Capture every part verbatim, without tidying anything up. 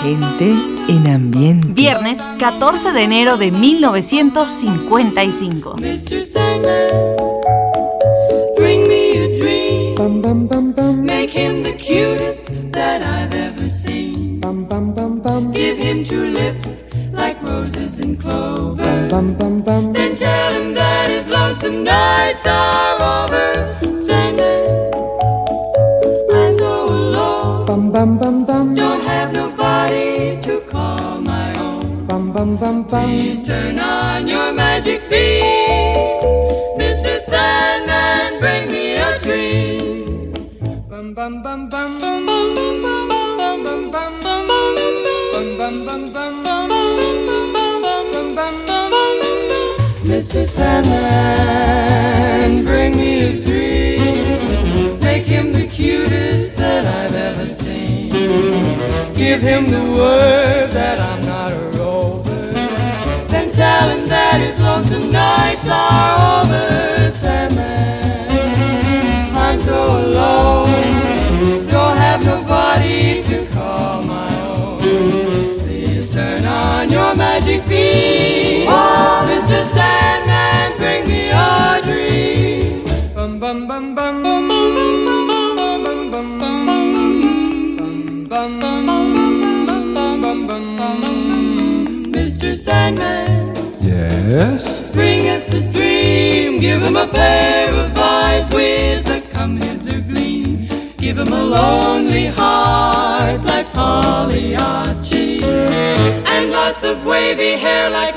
Gente en ambiente. Viernes catorce de enero de mil novecientos cincuenta y cinco. mister Sandman, bring me a dream. Bum, bum, bum, bum. Make him the cutest that I've ever seen. Bum, bum, bum, bum. Give him two lips like roses and clover. Bum, bum, bum. Then tell him that his lonesome nights are over. Sandman, I'm so alone. Bum, bum, bum, bum. Don't have nobody to call my own. Bum, bum, bum, bum. Please turn on your magic beam. mister Sandman, bring me a dream. Bum, bum, bum, bum, bum, bum, bum, bum, bum, bum, bum, bum, bum, bum, bum, bum, bum, bum, bum. mister Sandman, bring me a dream. Make him the cutest that I've ever seen. Give him the word that I'm not a rover. Then tell him that his lonesome nights are over. Sandman, I'm so alone. Don't have nobody to call my own. Please turn on your magic beam. Oh, mister Sandman, bring me a dream. Bum, bum, bum, bum, bum, bum, bum, bum, bum, bum, bum, bum, bum, bum. mister Sandman, Yes? bring us a dream. Give him a pair of eyes with a come hither gleam. Give him a lonely heart like Pagliacci, and lots of wavy hair like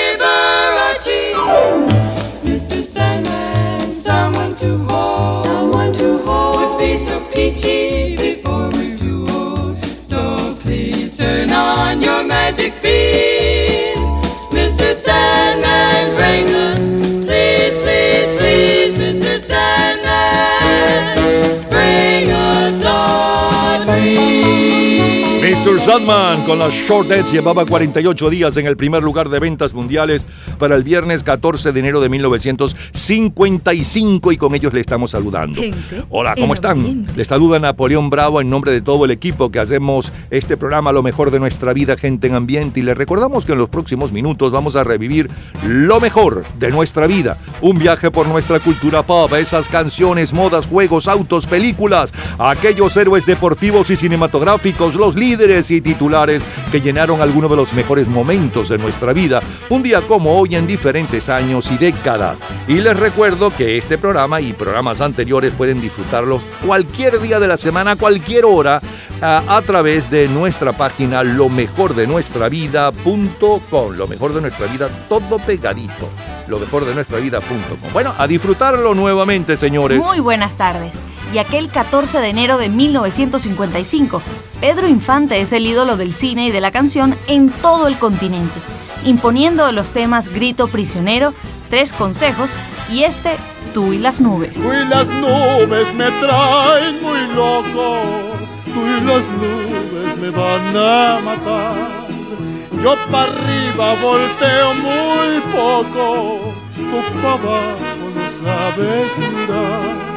Liberace. mister Sandman, someone to hold, someone to hold would be so peachy before we're too old. So please turn on your magic beam. mister Sandman, bring us, please, please, please, mister Sandman, bring us a dream. mister Sandman con las Shortets llevaba cuarenta y ocho días en el primer lugar de ventas mundiales para el viernes catorce de enero de mil novecientos cincuenta y cinco, y con ellos le estamos saludando. Gente Hola, ¿cómo en están? ambiente. Les saluda Napoleón Bravo en nombre de todo el equipo que hacemos este programa Lo Mejor de Nuestra Vida, Gente en Ambiente, y les recordamos que en los próximos minutos vamos a revivir lo mejor de nuestra vida, un viaje por nuestra cultura pop, esas canciones, modas, juegos, autos, películas, aquellos héroes deportivos y cinematográficos, los líderes y titulares que llenaron algunos de los mejores momentos de nuestra vida, un día como hoy en diferentes años y décadas. Y les recuerdo que este programa y programas anteriores pueden disfrutarlos cualquier día de la semana, cualquier hora, a, a través de nuestra página lo mejor de nuestra vida punto com. Lo mejor de nuestra vida, todo pegadito. lo mejor de nuestra vida punto com. Bueno, a disfrutarlo nuevamente, señores. Muy buenas tardes. Y aquel catorce de enero de mil novecientos cincuenta y cinco, Pedro Infante es el ídolo del cine y de la canción en todo el continente, imponiendo los temas Grito Prisionero, Tres Consejos y este Tú y las Nubes. Tú y las nubes me traen muy loco, tú y las nubes me van a matar. Yo para arriba volteo muy poco, tú para abajo no sabes mirar.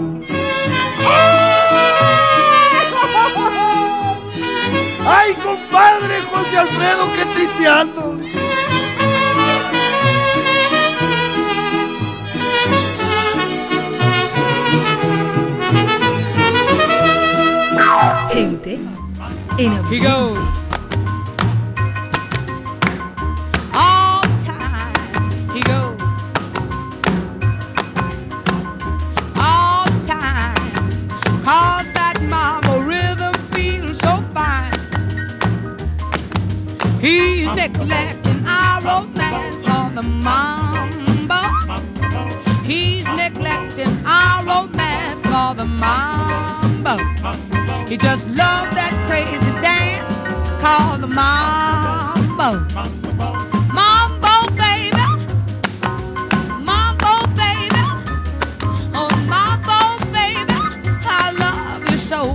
¡Ay, compadre José Alfredo, qué triste ando! Gente en He ambiente. goes. All time he goes. All time. Cause that mambo rhythm feels so fine. He's neglecting our romance on the mambo. He's neglecting our romance for the mambo. He just loves that crazy dance called the mambo. Mambo, baby. Mambo, baby. Oh, mambo, baby. I love you so.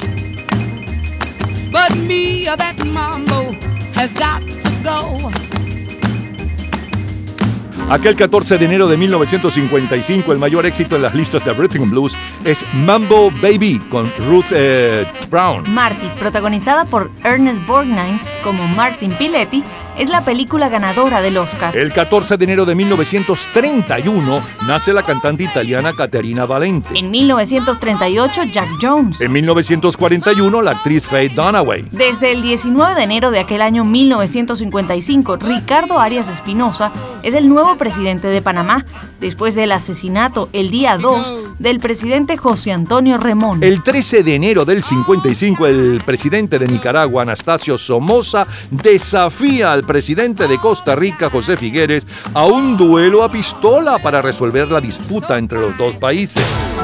But me, that mambo has got to go. Aquel catorce de enero de mil novecientos cincuenta y cinco, el mayor éxito en las listas de Rhythm and Blues es Mambo Baby con Ruth eh, Brown. Marty, protagonizada por Ernest Borgnine como Martin Piletti, es la película ganadora del Oscar. El catorce de enero de mil novecientos treinta y uno nace la cantante italiana Caterina Valente. En mil novecientos treinta y ocho, Jack Jones. En mil novecientos cuarenta y uno, la actriz Faye Dunaway. Desde el diecinueve de enero de aquel año mil novecientos cincuenta y cinco, Ricardo Arias Espinosa es el nuevo presidente de Panamá, después del asesinato el día dos del presidente José Antonio Remón. El trece de enero del cincuenta y cinco, el presidente de Nicaragua, Anastasio Somoza, desafía al presidente de Costa Rica, José Figueres, a un duelo a pistola para resolver la disputa entre los dos países.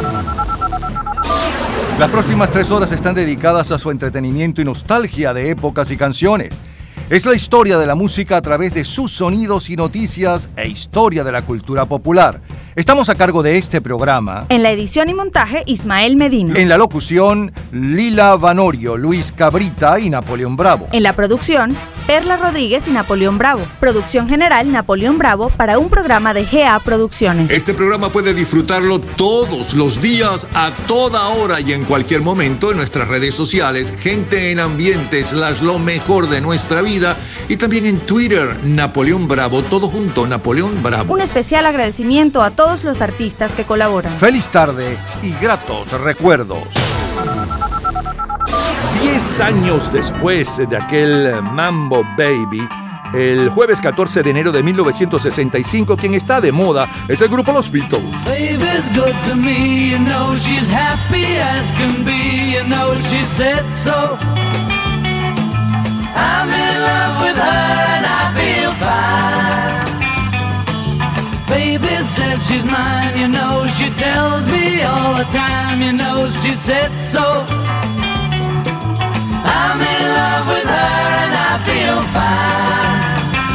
Las próximas tres horas están dedicadas a su entretenimiento y nostalgia de épocas y canciones. Es la historia de la música a través de sus sonidos y noticias e historia de la cultura popular. Estamos a cargo de este programa. En la edición y montaje, Ismael Medina. En la locución, Lila Vanorio, Luis Cabrita y Napoleón Bravo. En la producción, Perla Rodríguez y Napoleón Bravo. Producción general, Napoleón Bravo, para un programa de G A Producciones. Este programa puede disfrutarlo todos los días, a toda hora y en cualquier momento en nuestras redes sociales, Gente en Ambiente, slash lo mejor de nuestra vida, y también en Twitter, Napoleón Bravo, todo junto, Napoleón Bravo. Un especial agradecimiento a todos los artistas que colaboran. Feliz tarde y gratos recuerdos. Diez años después de aquel Mambo Baby, el jueves catorce de enero de mil novecientos sesenta y cinco, quien está de moda es el grupo Los Beatles. Baby's good to me, you know she's happy as can be, you know she said so. I'm in love with her and I feel fine. Baby says she's mine, you know she tells me all the time, you know she said so. I'm in love with her and I feel fine.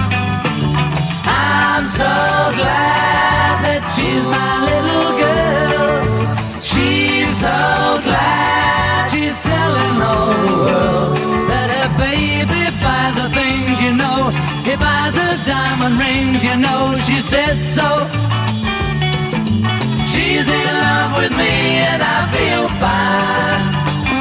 I'm so glad that she's my little girl. She's so glad she's telling all the world that her baby buys the things, you know. He buys her diamond rings, you know she said so. She's in love with me and I feel fine.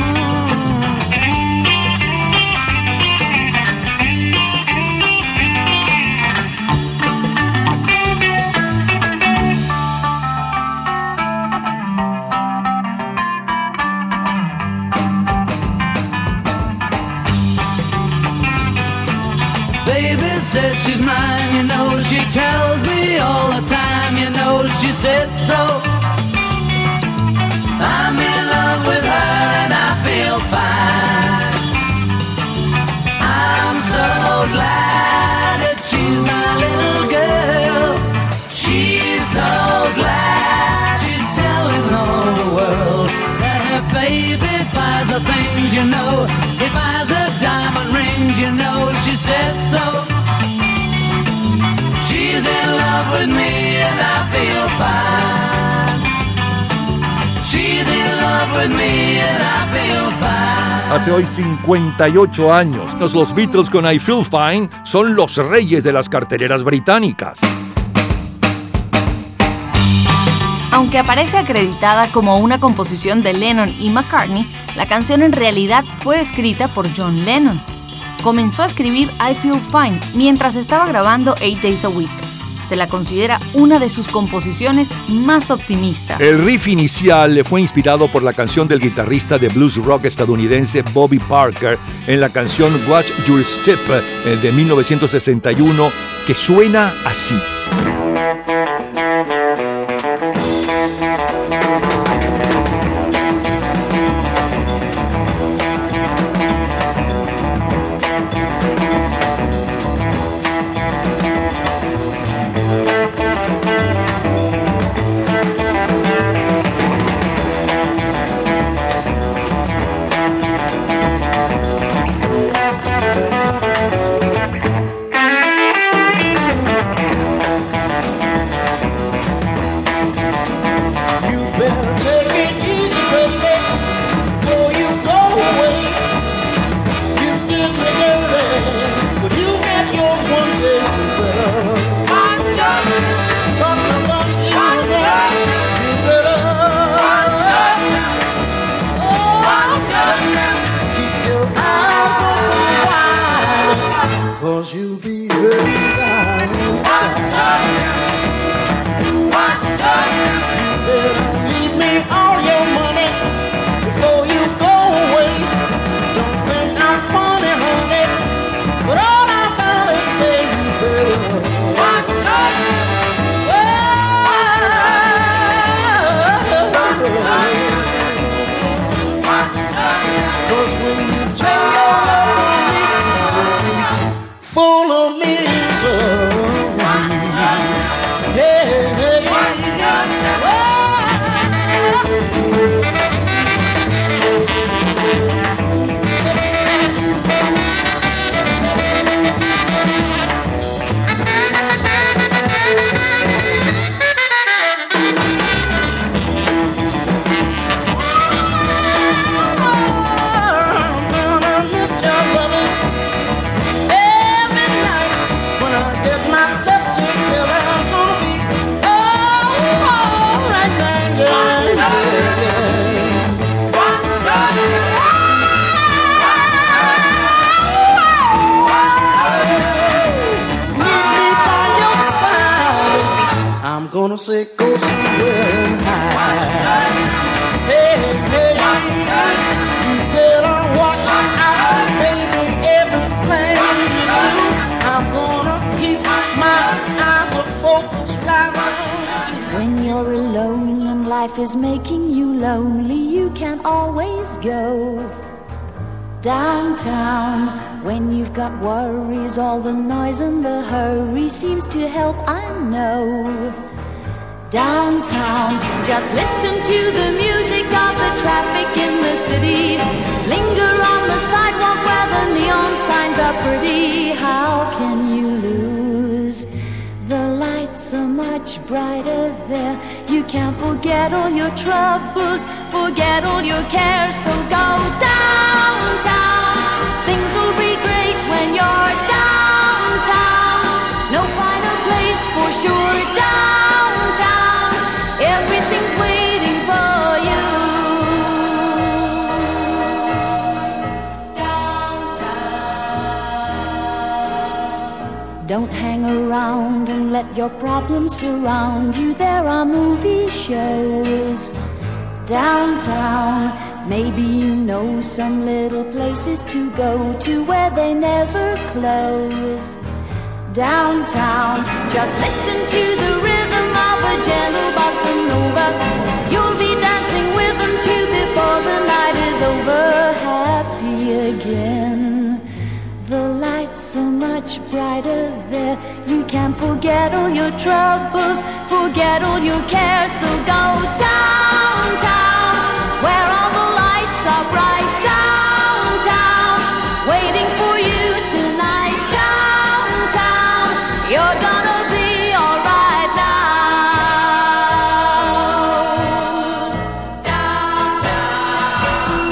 Baby says she's mine, you know she tells me all the time, you know she said so. I'm in love with her and I feel fine. I'm so glad that she's my little girl. She's so glad she's telling all the world that her baby buys the things, you know. He buys her diamond rings, you know she said so. She's in love with me and I feel fine. She's in love with me and I feel fine. Hace hoy cincuenta y ocho años, los Beatles con I Feel Fine son los reyes de las carteleras británicas. Aunque aparece acreditada como una composición de Lennon y McCartney, la canción en realidad fue escrita por John Lennon. Comenzó a escribir I Feel Fine mientras estaba grabando Eight Days a Week. Se la considera una de sus composiciones más optimistas. El riff inicial le fue inspirado por la canción del guitarrista de blues rock estadounidense Bobby Parker en la canción Watch Your Step de mil novecientos sesenta y uno, que suena así. 'cause you'll be hurting down inside. One touch, better leave me all your money before you go away. Don't think I'm funny, honey, but all I gotta say is better. One touch, one touch, 'cause when you take your love from me, full of misery. Hey, hey, hey. I'm gonna say go somewhere and hide. Hey, hey, you better watch out, baby, everything you do. I'm gonna keep my eyes focused right on you. When you're alone and life is making you lonely, you can always go downtown. When you've got worries, all the noise and the hurry seems to help, I know. Downtown, just listen to the music of the traffic in the city. Linger on the sidewalk where the neon signs are pretty. How can you lose? The lights are much brighter there. You can't forget all your troubles, forget all your cares. So go downtown. Things will be great when you're downtown. No finer place for sure. Downtown, everything's waiting for you. Downtown. Don't hang around and let your problems surround you. There are movie shows downtown. Maybe you know some little places to go to where they never close. Downtown, just listen to the rhythm of a gentle bossa nova. You'll be dancing with them too before the night is over. Happy again. The lights are much brighter there. You can forget all your troubles, forget all your cares. So go downtown, where all the lights are bright. Downtown, waiting for you tonight. Downtown, you're gonna be alright now. Downtown,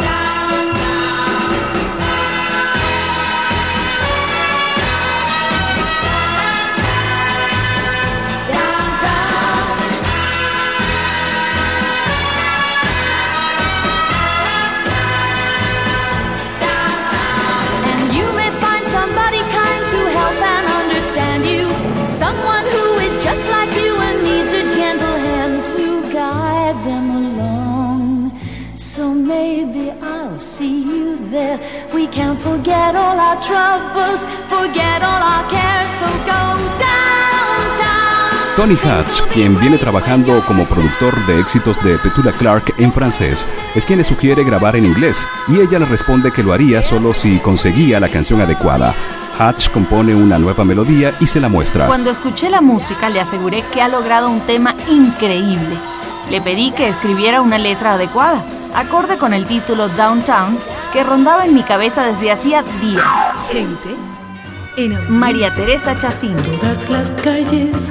someone who is just like you and needs a gentle hand to guide them along. So maybe I'll see you there. We can forget all our troubles, forget all our cares. So go downtown. Tony Hatch, quien viene trabajando como productor de éxitos de Petula Clark en francés, es quien le sugiere grabar en inglés, y ella le responde que lo haría solo si conseguía la canción adecuada. Hatch compone una nueva melodía y se la muestra. Cuando escuché la música, le aseguré que ha logrado un tema increíble. Le pedí que escribiera una letra adecuada, acorde con el título Downtown, que rondaba en mi cabeza desde hacía días. Gente en María Teresa Chacín. Todas las calles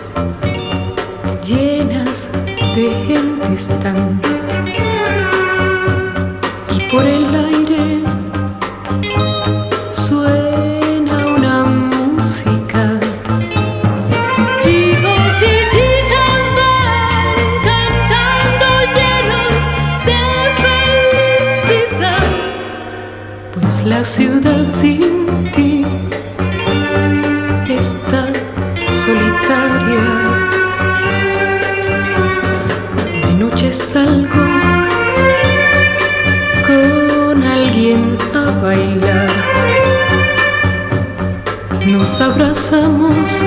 llenas de gente están, y por el aire suena una música. Chicos y chicas van cantando llenos de felicidad, pues la ciudad sin ti salgo con alguien a bailar. Nos abrazamos,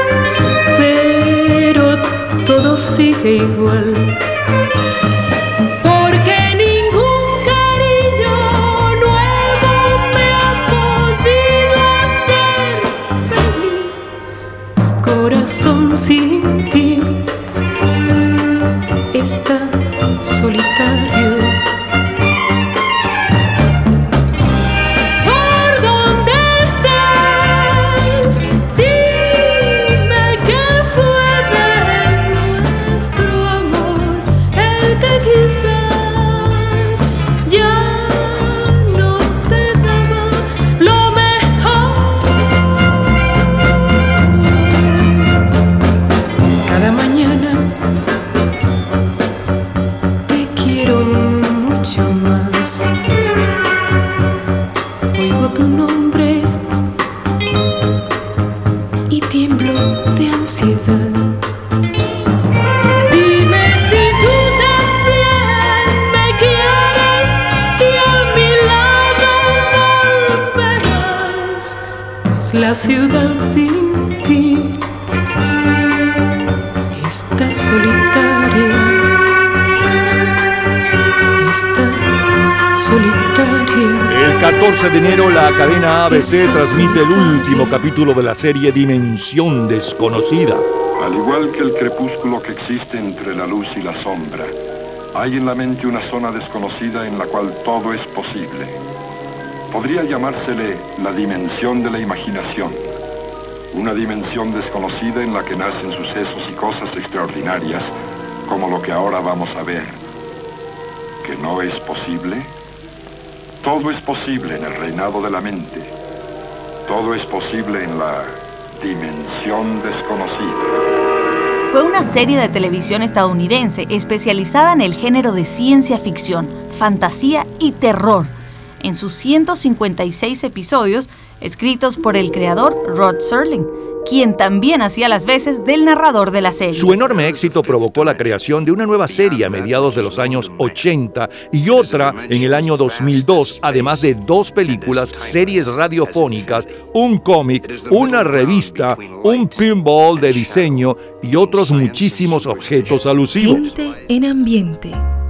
pero todo sigue igual. Porque ningún cariño nuevo me ha podido hacer feliz. Mi corazón sin ti está solitario. Oigo tu nombre y tiemblo de ansiedad. Dime si tú también me quieres y a mi lado volverás. Pues la ciudad sin ti está solitaria. El catorce de enero la cadena A B C transmite el último capítulo de la serie Dimensión Desconocida. Al igual que el crepúsculo que existe entre la luz y la sombra, hay en la mente una zona desconocida en la cual todo es posible. Podría llamársele la dimensión de la imaginación. Una dimensión desconocida en la que nacen sucesos y cosas extraordinarias, como lo que ahora vamos a ver. ¿Que no es posible? Todo es posible en el reinado de la mente. Todo es posible en la dimensión desconocida. Fue una serie de televisión estadounidense especializada en el género de ciencia ficción, fantasía y terror. En sus ciento cincuenta y seis episodios, escritos por el creador Rod Serling, quien también hacía las veces del narrador de la serie. Su enorme éxito provocó la creación de una nueva serie a mediados de los años ochenta y otra en el año dos mil dos, además de dos películas, series radiofónicas, un cómic, una revista, un pinball de diseño y otros muchísimos objetos alusivos. Gente en ambiente.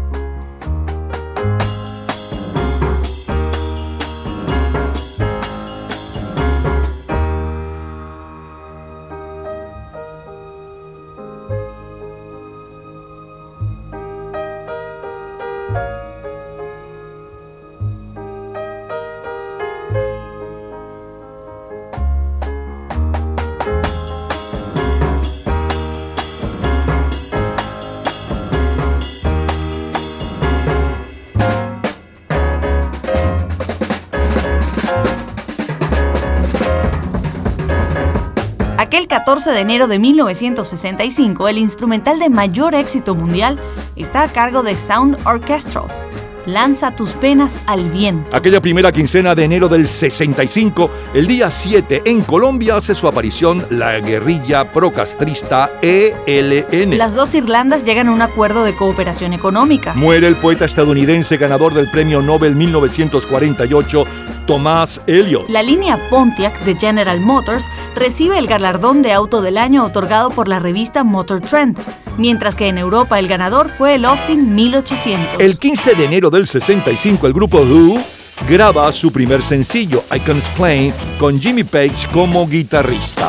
Aquel catorce de enero de mil novecientos sesenta y cinco, el instrumental de mayor éxito mundial está a cargo de Sound Orchestral. Lanza tus penas al viento. Aquella primera quincena de enero del sesenta y cinco, el día siete en Colombia hace su aparición la guerrilla procastrista E L N. Las dos Irlandas llegan a un acuerdo de cooperación económica. Muere el poeta estadounidense ganador del Premio Nobel mil novecientos cuarenta y ocho, Thomas Elliot. La línea Pontiac de General Motors recibe el galardón de auto del año otorgado por la revista Motor Trend, mientras que en Europa el ganador fue el Austin mil ochocientos. El quince de enero del sesenta y cinco, el grupo Who graba su primer sencillo, I Can Explain, con Jimmy Page como guitarrista.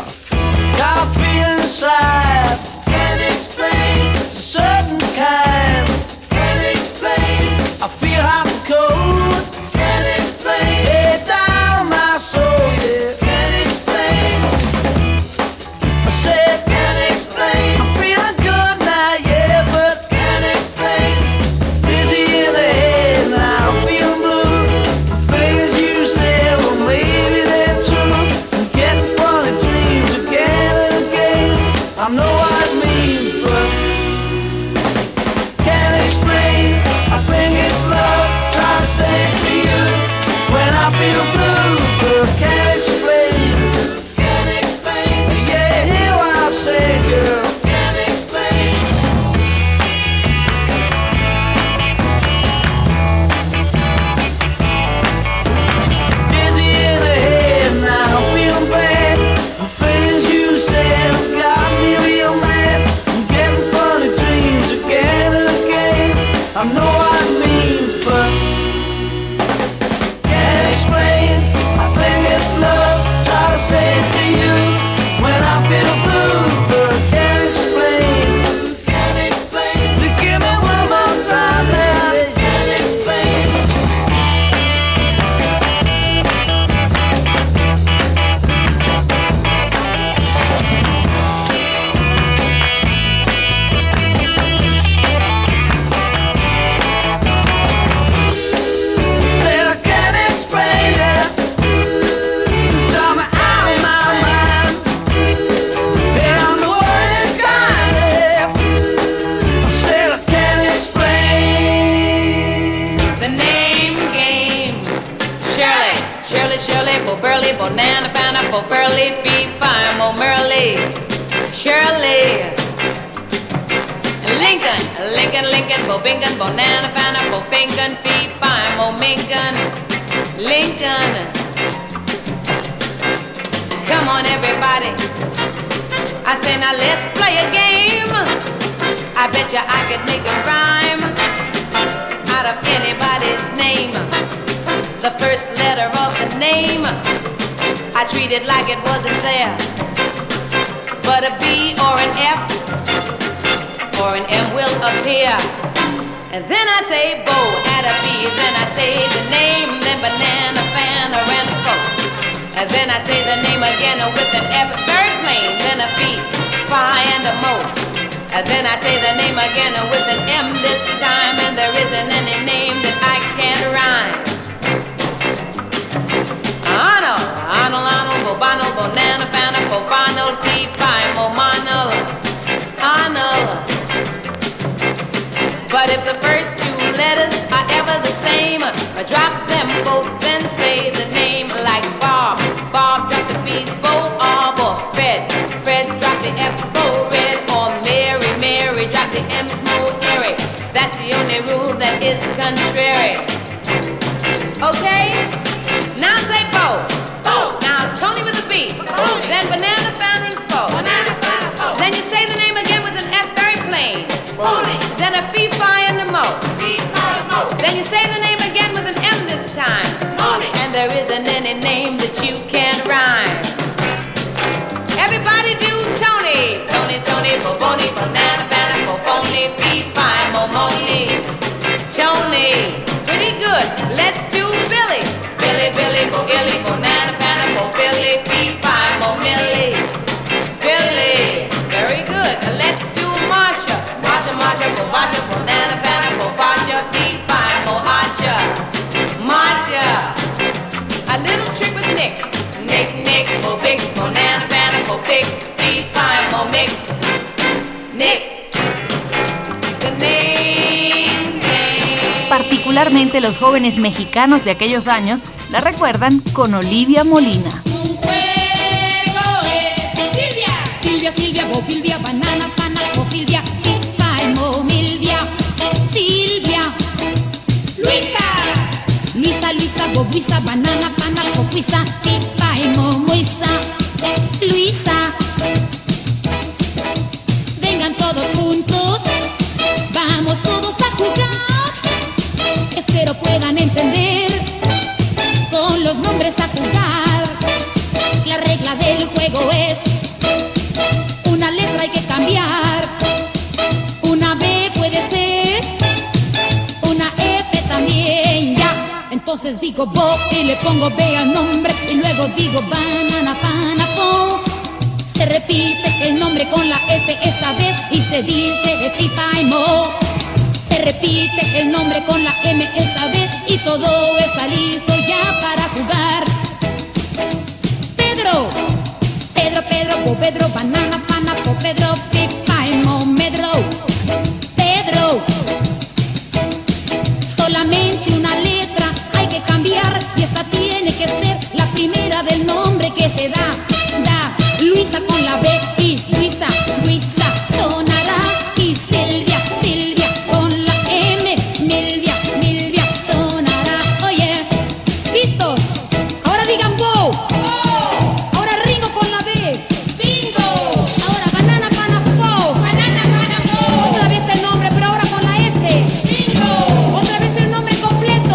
Dreams Can't explain, I think it's love. Try to say it to you when I feel blue, but I can't explain. Can't explain. You give me one more time, baby. Can't explain. Said I can't explain it. Tell me out of my mind. And I'm the worried kind. I said I can't explain. The name game. Shirley, Shirley, Shirley, Bo Burley, Bonana, Pineapple, Pearly, Fee, Fine, Mo Merly. Shirley. Lincoln, Lincoln, Lincoln, Bo Binkin, Bonana, Pineapple, Finkin, Fee, Fine, Mo Minkin. Lincoln. Come on, everybody. I say now let's play a game. I bet you I could make a rhyme out of anybody's name. The first letter of the name I treat it like it wasn't there. But a B or an F or an M will appear. And then I say Bo at a B. Then I say the name, then banana, fan, or and folk. And then I say the name again with an F, third plane, then a P, Phi, and a Mo. And then I say the name again with an M this time, and there isn't any name that I can't rhyme. Arnold, Arnold, Arnold, Bobano, Bonana, Fana, Bofano, P, Phi, Momano, Arnold. But if the first two letters are ever the same, I drop them both, then say the name like Bob. Bob drop the B's, Bo, Bob, or Fred. Fred drop the F's, Bo, Red, or Mary. Mary drop the M's, Mo, Mary. That's the only rule that is contrary. Okay? Now say Bo. Bo. Now Tony with a B. Bo. Then banana, found and foe. Banana, found, foe. Then you say the name again with an F, very plain. Booty. Then a Fee, Phi, and a Mo. Fee, Phi, Mo. Then you say the name again with an M this time. Money. And there isn't any name that you can rhyme. Everybody do Tony. Tony, Tony, Boboni, banana, banana, Bofoni, Fee, Phi, Momoni. Tony. Pretty good. Let's do Billy. Billy, Billy, Bo, Illy, Bonana, banana, Bo, Billy, Fee, Phi, Mo, Millie. Billy. Very good. Let's do Marsha. Marsha, Marsha, Bo, Marsha, Bonana, banana, Bo, Marsha, Fee, Phi, Mo, Asha. Marsha. A little trick with Nick. Nick, Nick, Bo, Big, Bonana, banana, Bo, Big, Fee, Phi, Mo, Mick. Nick. The name game. Particularmente los jóvenes mexicanos de aquellos años la recuerdan con Olivia Molina. Silvia, Silvia, Bopilvia, banana, pana, Bopilvia, Fifa, Mo, Milvia, Silvia, Luisa, Luisa, Luisa, Bobuisa, banana, pana, Bobuisa, Fifa, Mo, Moisa, Luisa. Vengan todos juntos, vamos todos a jugar. Espero puedan entender con los nombres a jugar. La regla del juego es: una letra hay que cambiar. Una B puede ser, una F también, ya. Entonces digo Bo y le pongo B al nombre. Y luego digo banana, pana, po. Se repite el nombre con la F esta vez y se dice Fifa y Mo. Se repite el nombre con la M esta vez y todo está listo ya para jugar. Pedro, Pedro, Pedro, Bo, Pedro, banana, pana, po, Pedro, Fifa y Mo, Medro. Pedro. Solamente una letra hay que cambiar y esta tiene que ser la primera del nombre que se da. Da Luisa con la B y Luisa, Luisa sonará. Y Silvia, Silvia con la M, Milvia, Milvia sonará. Oye, ¿listos? Ahora digan Bo. Ahora Ringo con la B. Bingo. Ahora banana, pana, fo. Banana, pana, fo. Otra vez el nombre, pero ahora con la F. Bingo. Otra vez el nombre completo.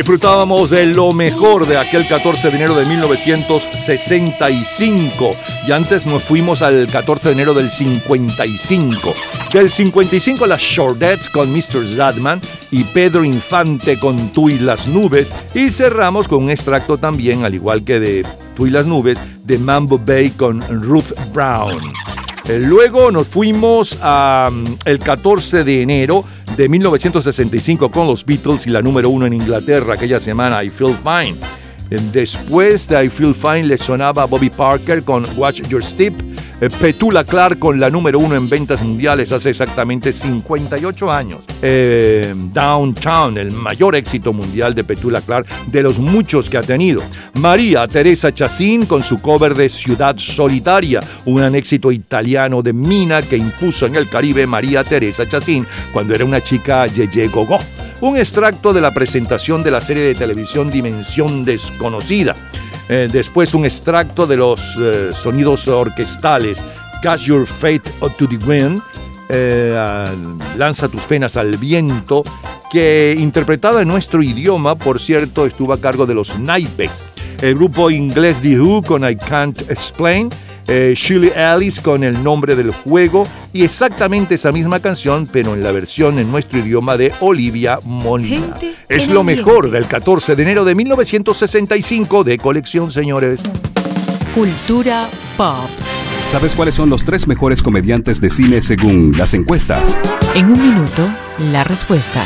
Disfrutábamos de lo mejor de aquel catorce de enero de mil novecientos sesenta y cinco. Y antes nos fuimos al catorce de enero del cincuenta y cinco. Del cincuenta y cinco, las Shortettes con mister Zadman y Pedro Infante con Tú y las Nubes. Y cerramos con un extracto también, al igual que de Tú y las Nubes, de Mambo Bay con Ruth Brown. Luego nos fuimos al um, catorce de enero de mil novecientos sesenta y cinco con los Beatles y la número uno en Inglaterra aquella semana, I Feel Fine. Después de I Feel Fine le sonaba Bobby Parker con Watch Your Step, Petula Clark con la número uno en ventas mundiales hace exactamente cincuenta y ocho años. Eh, Downtown, el mayor éxito mundial de Petula Clark, de los muchos que ha tenido. María Teresa Chacín con su cover de Ciudad Solitaria, un éxito italiano de Mina que impuso en el Caribe María Teresa Chacín cuando era una chica yeye gogo. Un extracto de la presentación de la serie de televisión Dimensión Desconocida. Eh, después un extracto de los eh, sonidos orquestales Cast Your Fate to the Wind, eh, uh, Lanza tus penas al viento, que interpretada en nuestro idioma, por cierto, estuvo a cargo de los naipes. El grupo inglés The Who con I Can't Explain, eh, Shirley Ellis con El nombre del juego y exactamente esa misma canción, pero en la versión en nuestro idioma de Olivia Molina. Gente es lo mejor del catorce de enero de mil novecientos sesenta y cinco de colección, señores. Cultura pop. ¿Sabes cuáles son los tres mejores comediantes de cine según las encuestas? En un minuto, la respuesta.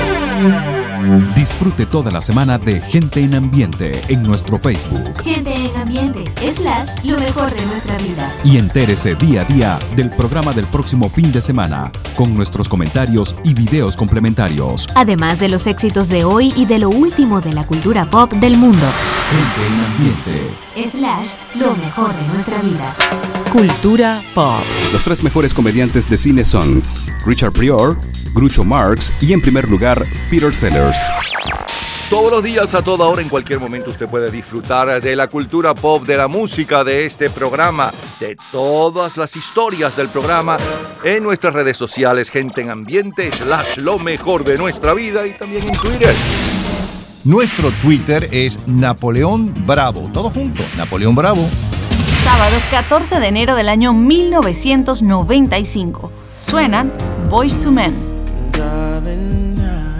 Disfrute toda la semana de Gente en Ambiente en nuestro Facebook. Gente en Ambiente, slash, lo mejor de nuestra vida. Y entérese día a día del programa del próximo fin de semana, con nuestros comentarios y videos complementarios. Además de los éxitos de hoy y de lo último de la cultura pop del mundo. Gente en Ambiente, slash, lo mejor de nuestra vida. Cultura pop. Los tres mejores comediantes de cine son Richard Pryor, Groucho Marx y en primer lugar Peter Sellers. Todos los días, a toda hora, en cualquier momento usted puede disfrutar de la cultura pop, de la música, de este programa, de todas las historias del programa en nuestras redes sociales, Gente en Ambiente, slash lo mejor de nuestra vida y también en Twitter. Nuestro Twitter es Napoleón Bravo, todo junto, Napoleón Bravo. Sábado catorce de enero del año mil novecientos noventa y cinco. Suenan Boyz two Men. Darling,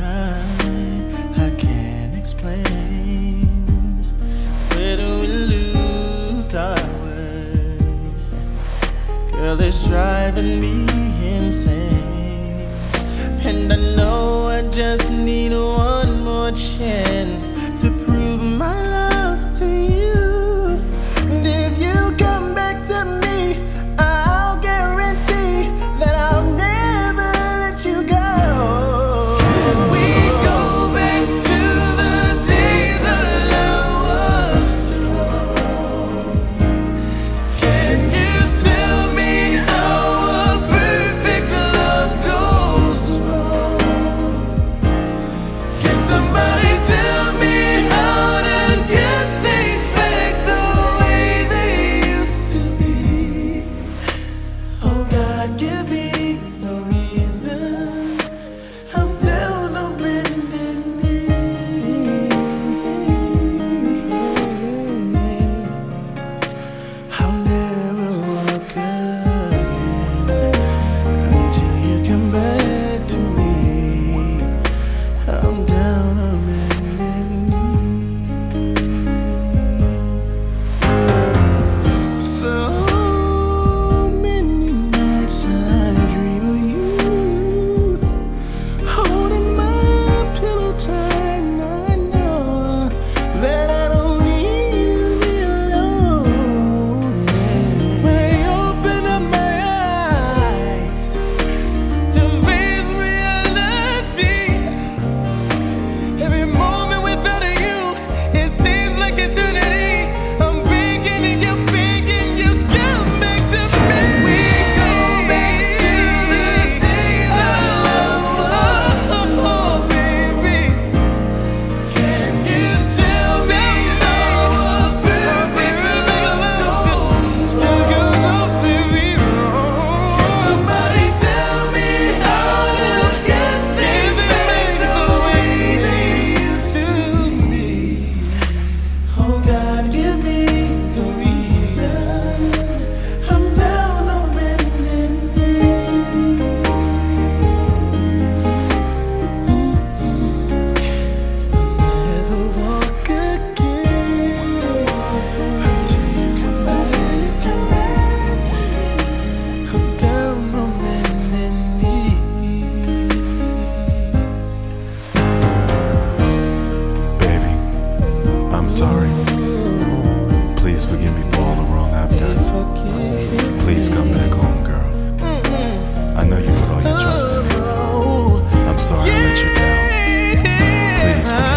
I, I can't explain. Where do we lose our way? Girl, it's driving me insane. And I know I just need one more chance to prove my love to you. And if you come back to me, I'll guarantee that I'll never let you go. Can we go back to the days that love was true? Can you tell me how a perfect love goes wrong? Can somebody tell me Just come back home, girl. I know you put all your trust in me. I'm sorry I let you down. Please forgive me.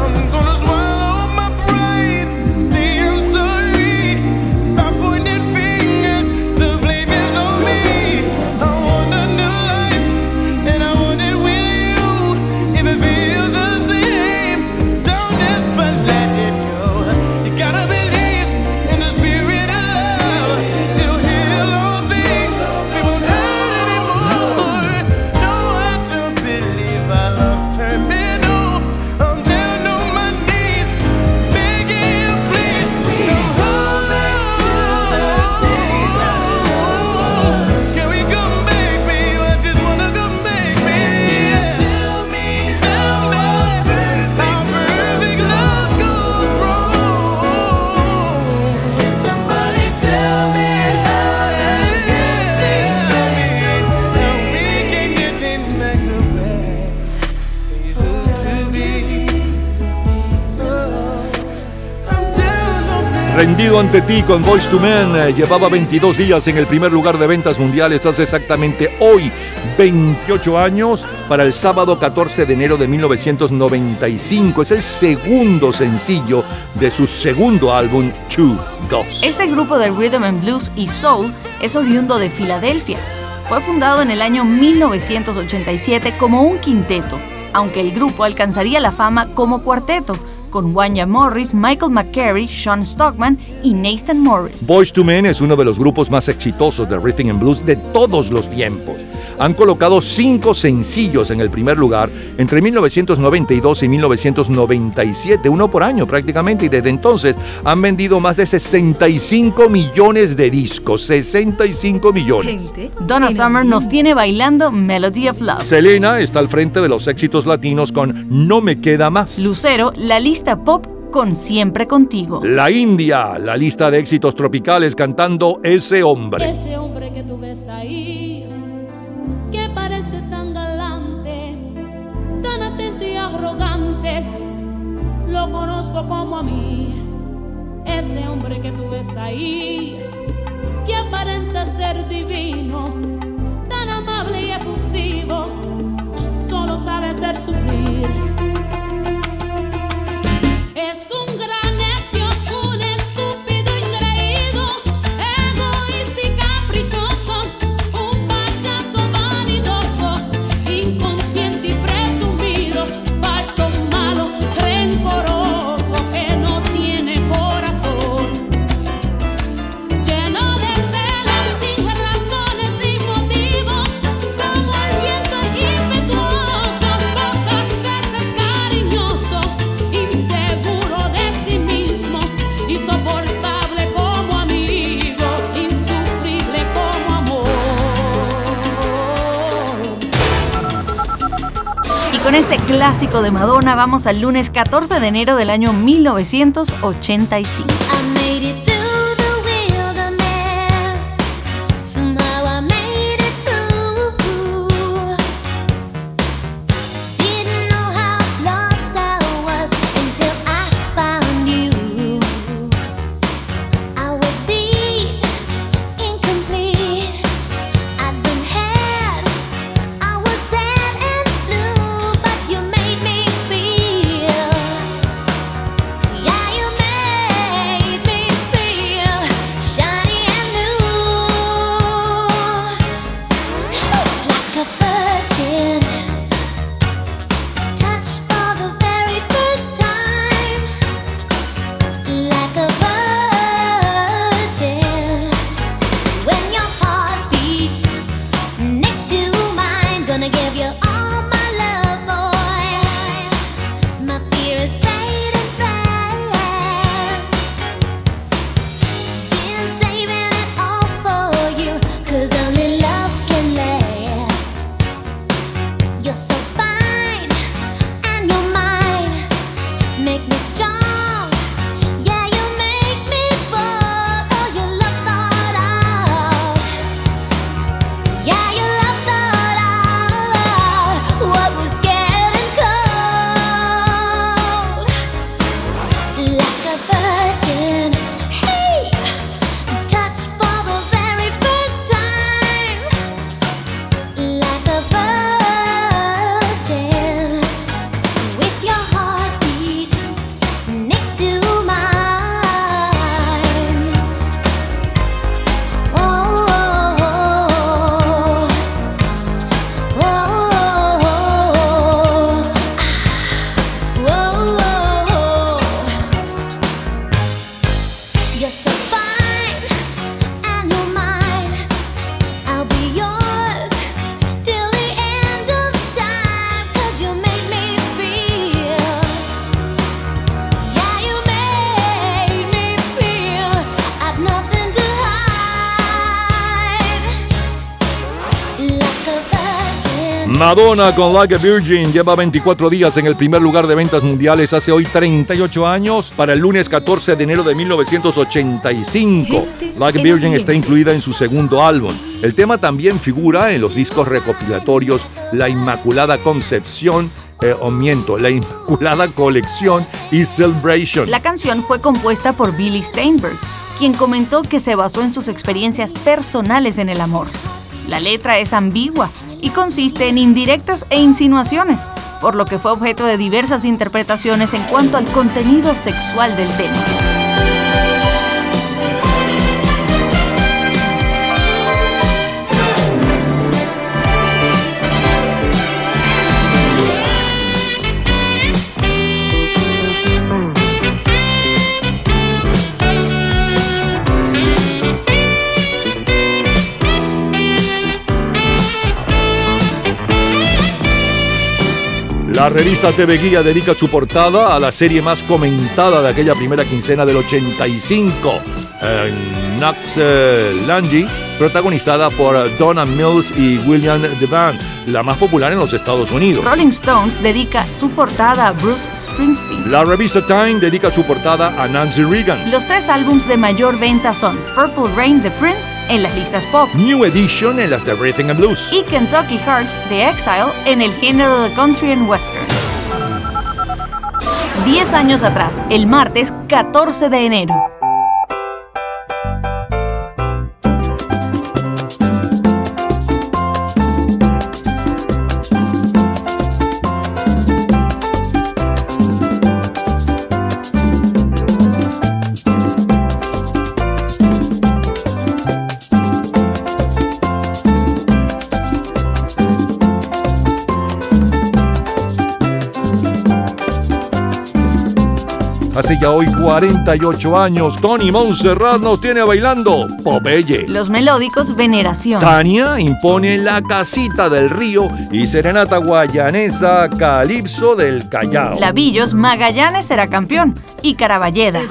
Rendido ante ti con Boyz two Men, eh, llevaba veintidós días en el primer lugar de ventas mundiales hace exactamente hoy, veintiocho años, para el sábado catorce de enero de mil novecientos noventa y cinco. Es el segundo sencillo de su segundo álbum, two dos. Este grupo de rhythm and blues y soul es oriundo de Filadelfia. Fue fundado en el año mil novecientos ochenta y siete como un quinteto, aunque el grupo alcanzaría la fama como cuarteto, con Wanya Morris, Michael McCary, Sean Stockman y Nathan Morris. Boyz two Men es uno de los grupos más exitosos de rhythm and blues de todos los tiempos. Han colocado cinco sencillos en el primer lugar entre mil novecientos noventa y dos y mil novecientos noventa y siete, uno por año prácticamente, y desde entonces han vendido más de sesenta y cinco millones de discos, sesenta y cinco millones. Donna Summer nos tiene bailando Melody of Love. Selena está al frente de los éxitos latinos con No Me Queda Más. Lucero, la lista pop con Siempre Contigo. La India, la lista de éxitos tropicales cantando Ese Hombre. Ese hombre que tú ves ahí, que parece tan galante, tan atento y arrogante, lo conozco como a mí. Ese hombre que tú ves ahí, que aparenta ser divino, tan amable y efusivo, solo sabe hacer sufrir. Es un gran necio, un estúpido ingreído, egoísta y caprichoso, un payaso vanidoso, inconsciente y presumido, falso, malo, rencoroso, que no tiene corazón, lleno de celos sin razones ni motivos, como el viento impetuoso, pocas veces cariñoso, inseguro de sí mismo, insoportable como amigo, insufrible como amor. Y con este clásico de Madonna vamos al lunes catorce de enero del año mil novecientos ochenta y cinco. I made it through the wilderness. Somehow I made it through. Didn't know how lost I was until I found you. I was beat, incomplete. I'd been had. I was sad and blue, but you made me feel. Yeah, you made me Madonna con Like a Virgin lleva veinticuatro días en el primer lugar de ventas mundiales hace hoy treinta y ocho años para el lunes catorce de enero de mil novecientos ochenta y cinco. Like a Virgin está incluida en su segundo álbum. El tema también figura en los discos recopilatorios La Inmaculada Concepción, eh, o miento, La Inmaculada Colección y Celebration. La canción fue compuesta por Billy Steinberg, quien comentó que se basó en sus experiencias personales en el amor. La letra es ambigua y consiste en indirectas e insinuaciones, por lo que fue objeto de diversas interpretaciones en cuanto al contenido sexual del tema. La revista T V Guía dedica su portada a la serie más comentada de aquella primera quincena del ochenta y cinco, eh, Knox eh, Lundy, protagonizada por Donna Mills y William Devane, la más popular en los Estados Unidos. Rolling Stones dedica su portada a Bruce Springsteen. La revista Time dedica su portada a Nancy Reagan. Los tres álbumes de mayor venta son Purple Rain de Prince en las listas pop, New Edition en las de Rhythm and Blues y Kentucky Hearts de Exile en el género de country and western. Diez años atrás, el martes catorce de enero. Hace ya hoy cuarenta y ocho años, Tony Montserrat nos tiene bailando Popeye. Los melódicos Veneración. Tania impone La Casita del Río y serenata guayanesa Calipso del Callao. Labillos, Magallanes será campeón y Caraballeda.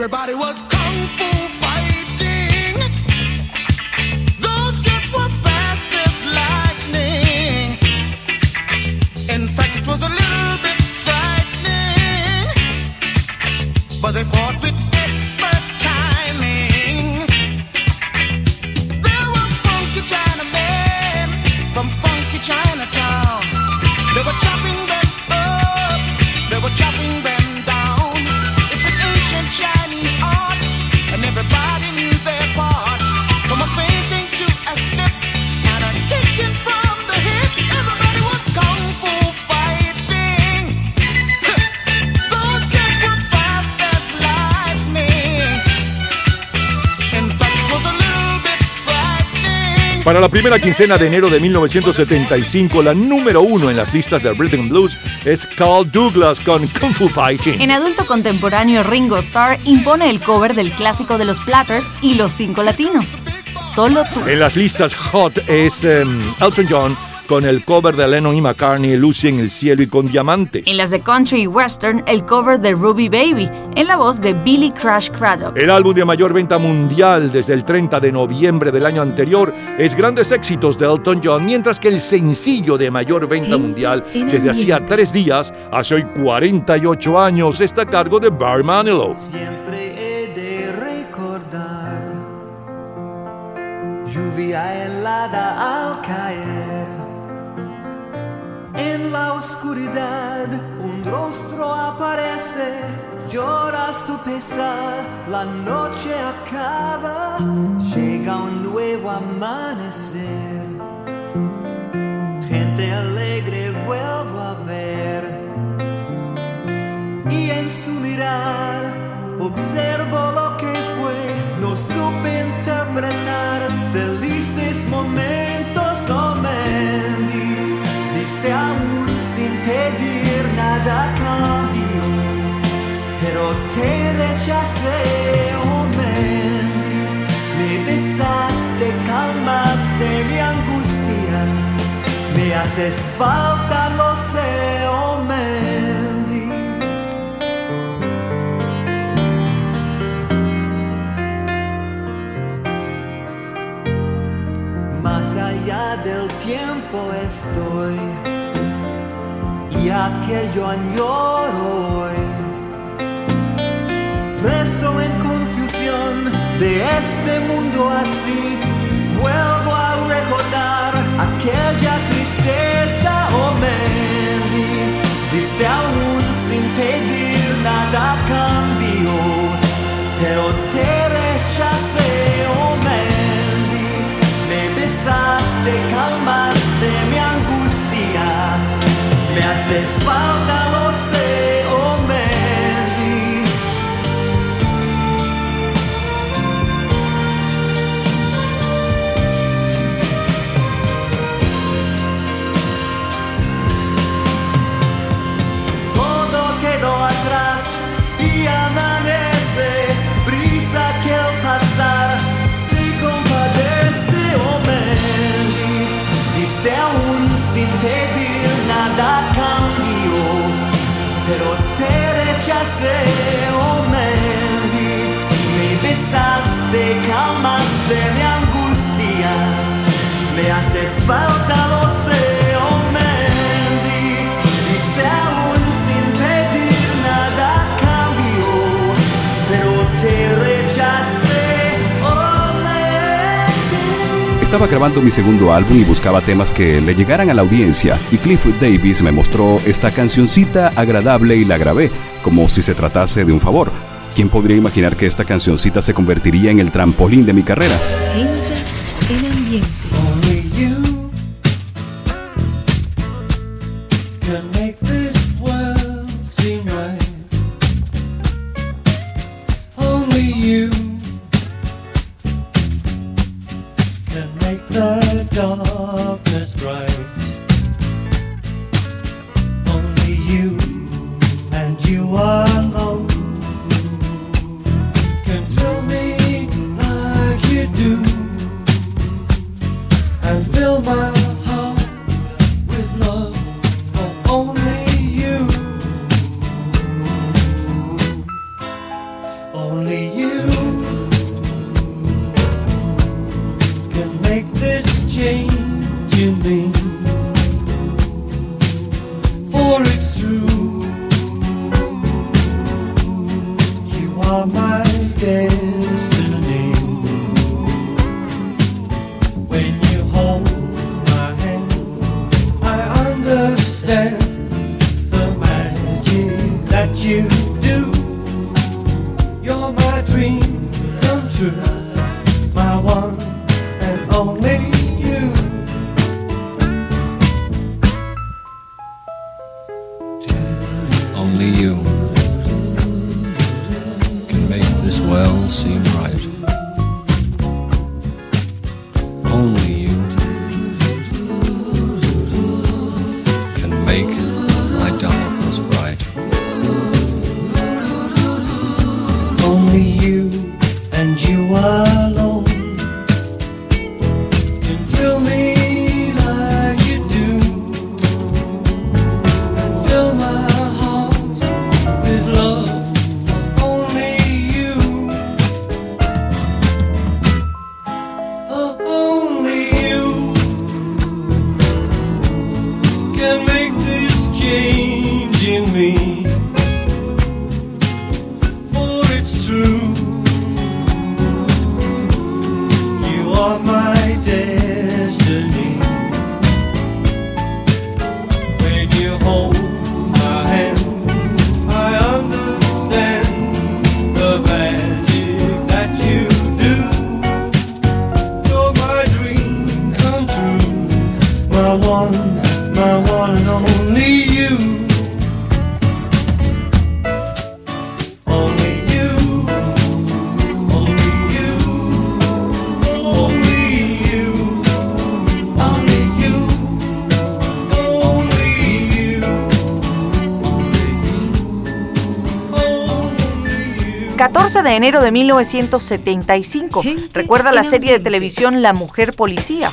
But they fought with expert timing. There were funky Chinamen from funky Chinatown. They were chopping them up, they were chopping them down. It's an ancient Chinese art, and everybody knew their part. From a fainting to a slip, and a kicking from the hip. Everybody was kung fu fighting. Those kids were fast as lightning. In fact, it was a little bit frightening. Para la primera quincena de enero de mil novecientos setenta y cinco, la número uno en las listas de Rhythm and Blues es Carl Douglas con Kung Fu Fighting. En adulto contemporáneo, Ringo Starr impone el cover del clásico de los Platters y los Cinco Latinos, Solo tú. En las listas hot es um, Elton John con el cover de Lennon y McCartney, Lucy en el cielo y con diamantes. En las de country y western, el cover de Ruby Baby, en la voz de Billy Crash Craddock. El álbum de mayor venta mundial desde el treinta de noviembre del año anterior es Grandes Éxitos de Elton John, mientras que el sencillo de mayor venta mundial desde hacía tres días, hace hoy cuarenta y ocho años, está a cargo de Barry Manilow. Siempre he de recordar, lluvia helada al caer. En la oscuridad un rostro aparece, llora su pesar, la noche acaba, llega un nuevo amanecer. Gente alegre vuelvo a ver, y en su mirar observo lo que fue, no supe interpretar felices momentos, oh Mandy. Diste aún sin pedir nada a cambio, pero te rechacé, oh Mandy. Me besaste, calmaste mi angustia, me haces falta, lo sé, oh Mandy. Más allá del tiempo estoy, día que yo añoro hoy. Preso en confusión de este mundo así, vuelvo a recordar aquella tristeza. Oh Mandy, diste aún sin pedir nada a cambio, pero te rechacé. Oh Mandy, me besaste, calmaste mi angustia, me haces falta, lo sé. Oh Mandy, atrás y amanece, brisa que al pasar se compadece. Oh Mandy, diste aún sin pedir nada a cambio, pero te rechacé. Oh Mandy, me besaste, calmaste mi angustia, me haces falta, lo sé. Oh Mandy, diste aún te rechacé. Oh, estaba grabando mi segundo álbum y buscaba temas que le llegaran a la audiencia, y Cliff Davis me mostró esta cancioncita agradable y la grabé como si se tratase de un favor. ¿Quién podría imaginar que esta cancioncita se convertiría en el trampolín de mi carrera? Entra en ambiente. Only you can make this world seem right. Only you can make the darkness bright. Only you and you alone can thrill me like you do and fill my heart with love for only you. Only you can make this change in me, for it's true, you are my destiny. When you hold my hand, I understand the magic that you do. You're my dream come true, my one and only you. Only you can make this world seem right. Only you can make my darkness bright. Only you and you alone can thrill me like you do and fill my heart with love. Only you, oh, only you can make this change in me. True, you are my destiny. When you hold my hand, I understand the magic that you do. You're my dream come true, my one, my one and only you. catorce de enero de mil novecientos setenta y cinco. ¿Recuerda la serie de televisión La Mujer Policía?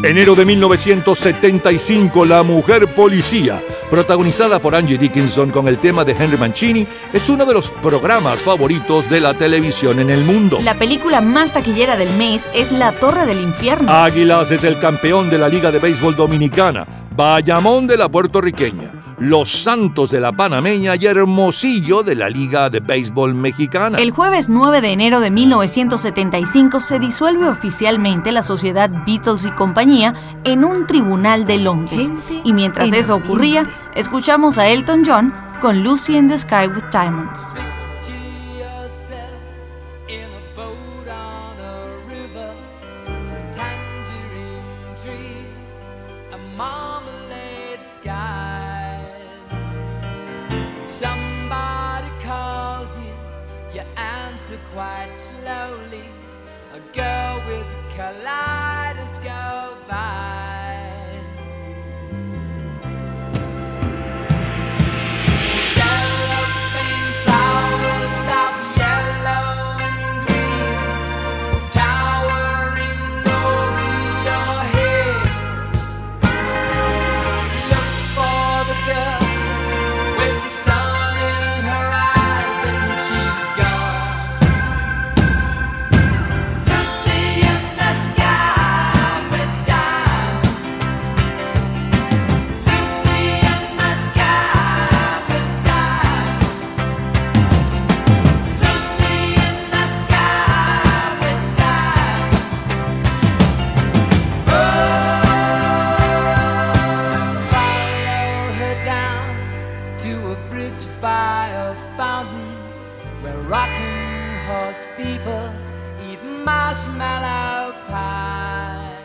Enero de mil novecientos setenta y cinco, La Mujer Policía, protagonizada por Angie Dickinson con el tema de Henry Mancini, es uno de los programas favoritos de la televisión en el mundo. La película más taquillera del mes es La Torre del Infierno. Águilas es el campeón de la Liga de Béisbol Dominicana, Bayamón de la puertorriqueña, Los Santos de la panameña y Hermosillo de la Liga de Béisbol Mexicana. El jueves nueve de enero de mil novecientos setenta y cinco se disuelve oficialmente la sociedad Beatles y compañía en un tribunal de Londres. Y mientras eso ocurría, escuchamos a Elton John con Lucy in the Sky with Diamonds. Quite slowly, a girl with kaleidoscope eyes. Cellophane flowers of yellow and green, towering over your head. Look for the girl with the sun in her eyes, and she's gone. By a fountain where rocking horse people eat marshmallow pie.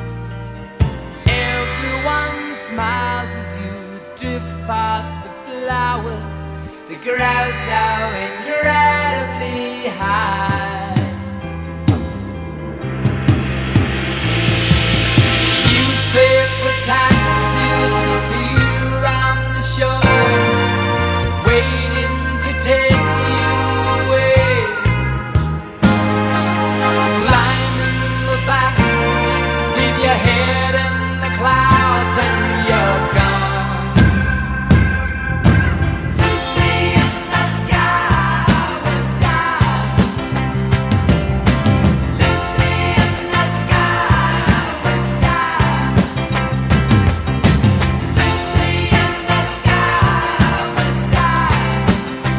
Everyone smiles as you drift past the flowers that grow so incredibly high. Newspaper taxis appear on the shore, waiting to take you away. Climb in the back, leave your head in the clouds, and you're gone. Lucy in the sky with diamonds. Lucy in the sky with diamonds. Lucy in the sky with diamonds.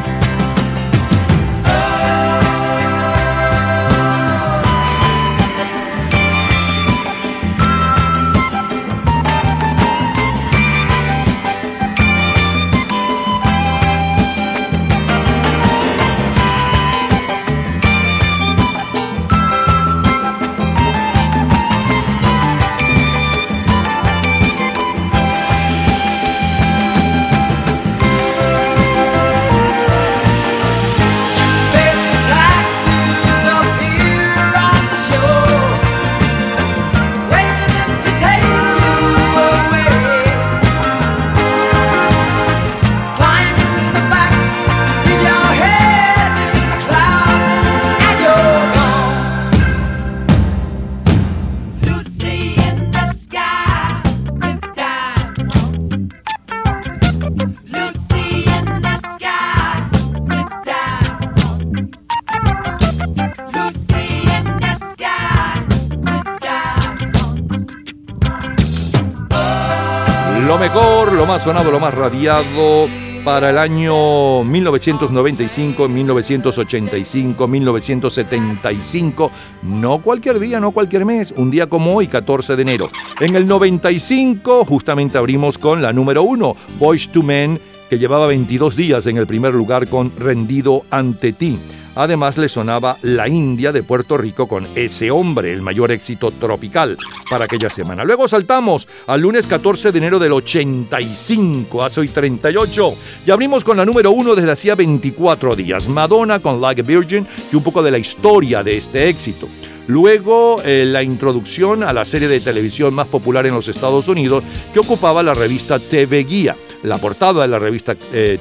Lo mejor, lo más sonado, lo más radiado para el año mil novecientos noventa y cinco, mil novecientos ochenta y cinco, mil novecientos setenta y cinco. No cualquier día, no cualquier mes. Un día como hoy, catorce de enero. En el noventa y cinco, justamente abrimos con la número uno, Boyz two Men, que llevaba veintidós días en el primer lugar con Rendido ante ti. Además le sonaba La India de Puerto Rico con Ese Hombre, el mayor éxito tropical para aquella semana. Luego saltamos al lunes catorce de enero del ochenta y cinco, hace hoy treinta y ocho, y abrimos con la número uno desde hacía veinticuatro días, Madonna con Like a Virgin, y un poco de la historia de este éxito. Luego, eh, la introducción a la serie de televisión más popular en los Estados Unidos, que ocupaba la revista T V Guía, la portada de la revista eh,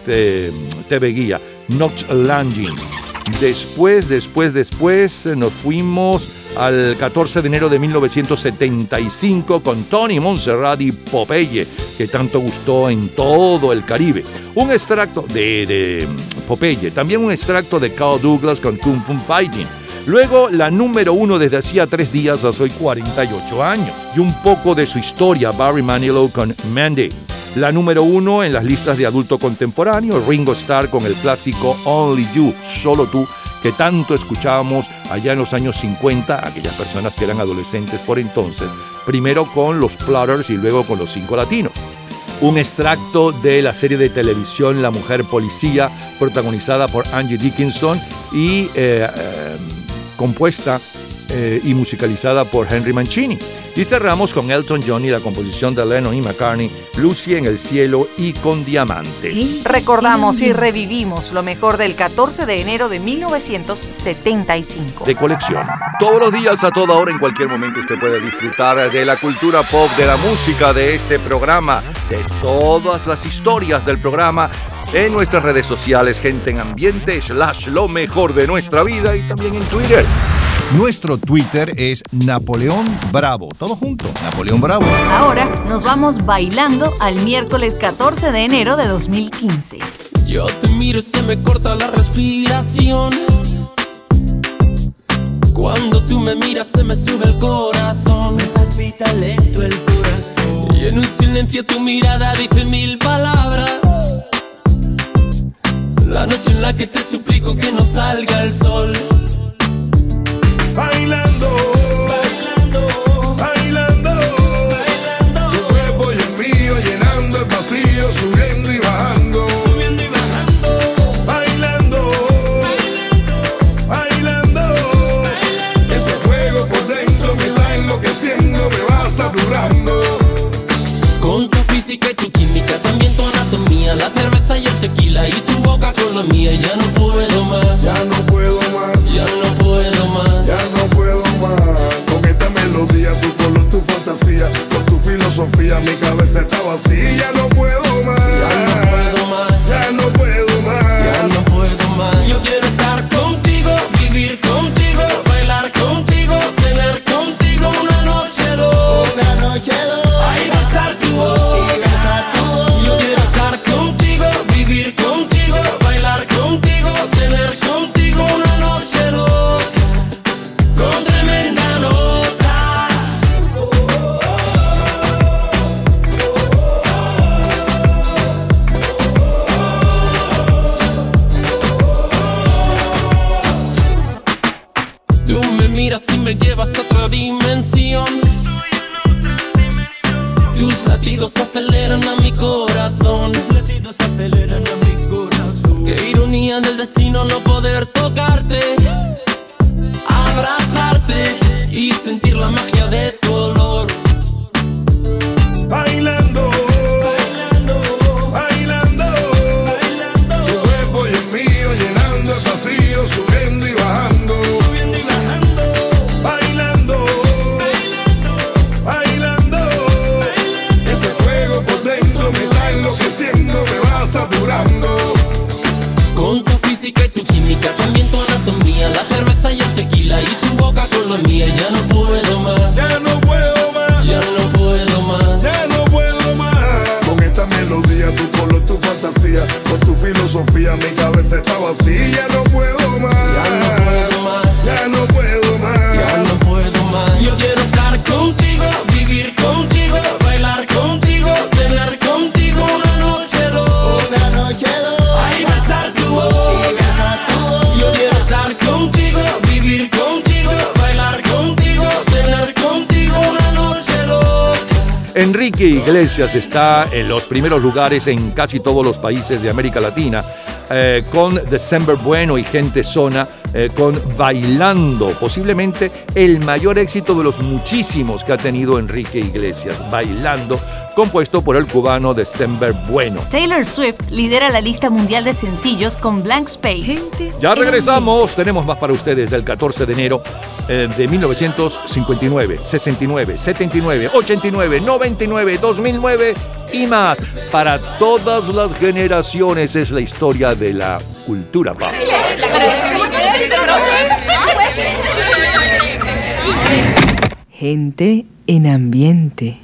T V Guía, Knots Landing. Después, después, después nos fuimos al catorce de enero de mil novecientos setenta y cinco con Tony Montserrat y Popeye, que tanto gustó en todo el Caribe. Un extracto de, de Popeye, también un extracto de Carl Douglas con Kung Fu Fighting. Luego, la número uno desde hacía tres días a hoy cuarenta y ocho años. Y un poco de su historia, Barry Manilow con Mandy. La número uno en las listas de adulto contemporáneo, Ringo Starr con el clásico Only You, Solo Tú, que tanto escuchábamos allá en los años cincuenta, aquellas personas que eran adolescentes por entonces, primero con los Platters y luego con los Cinco Latinos. Un extracto de la serie de televisión La Mujer Policía, protagonizada por Angie Dickinson y eh, eh, compuesta eh, y musicalizada por Henry Mancini. Y cerramos con Elton John y la composición de Lennon y McCartney, Lucy en el cielo y con diamantes. Recordamos y revivimos lo mejor del catorce de enero de mil novecientos setenta y cinco. De colección. Todos los días, a toda hora, en cualquier momento, usted puede disfrutar de la cultura pop, de la música, de este programa, de todas las historias del programa en nuestras redes sociales, Gente en Ambiente, slash lo mejor de nuestra vida, y también en Twitter. Nuestro Twitter es Napoleón Bravo. Todo junto, Napoleón Bravo. Ahora nos vamos bailando al miércoles catorce de enero de dos mil quince. Yo te miro y se me corta la respiración. Cuando tú me miras se me sube el corazón. Me palpita lento el corazón. Y en un silencio tu mirada dice mil palabras. La noche en la que te suplico que no salga el sol. Bailando, bailando, bailando, bailando. Tu cuerpo y el mío llenando el vacío, subiendo y bajando, subiendo y bajando. Bailando, bailando, bailando, bailando. Ese fuego por dentro me va enloqueciendo, me va saturando. Con tu física y tu química, también tu anatomía, la cerveza y el tequila y tu boca con la mía. Ya no puedo más, ya no puedo más, ya no puedo más. Ya no puedo más. Con esta melodía, tu color, tu fantasía, con tu filosofía, mi cabeza está vacía. Ya no puedo más. Ya no puedo más. Ya no puedo más. Ya no puedo más. Yo quiero estar contigo, vivir contigo, bailar contigo, tener contigo una noche loca. Una noche loca. Ay, besar tu boca. Yo quiero estar contigo, vivir contigo, bailar contigo, tener contigo una noche loca. Con tremenda nota. Tú me miras y me llevas a otra dimensión. Tus latidos aceleran a mi corazón. Tus latidos aceleran a mi corazón. Qué ironía del destino no poder tocarte, abrazarte y sentir la magia de tu olor. Bailando, bailando, bailando, bailando. Tu cuerpo y el mío llenando el vacío, subiendo y bajando, subiendo y bajando. Bailando, bailando, bailando, bailando. Ese fuego por dentro me va enloqueciendo, me va saturando. Con tu física y tu química, también tu anatomía, la cerveza y el tequila y tu boca con la mía. Ya no puedo más. Ya no puedo más. Ya no puedo más. Ya no puedo más. Con esta melodía, tu color, tu fantasía, con tu filosofía, mi cabeza está vacía. Ya no puedo más. Ya no puedo más. Ya no puedo más. Ya no puedo más. Yo quiero estar contigo, vivir contigo, bailar contigo, tener contigo una noche loca. Una noche loca. Ay, besar tu boca. Yo quiero estar contigo, vivir contigo, bailar contigo, tener contigo una noche loca. Enrique Iglesias está en los primeros lugares en casi todos los países de América Latina, eh, con December Bueno y Gente Zona, eh, con Bailando, posiblemente el mayor éxito de los muchísimos que ha tenido Enrique Iglesias. Bailando, compuesto por el cubano December Bueno. Taylor Swift lidera la lista mundial de sencillos con Blank Space. Ya regresamos, tenemos más para ustedes del catorce de enero eh, de mil novecientos cincuenta y nueve, sesenta y nueve, setenta y nueve, ochenta y nueve, noventa y nueve, dos mil nueve y más. Para todas las generaciones es la historia de la cultura pop. Gente en ambiente.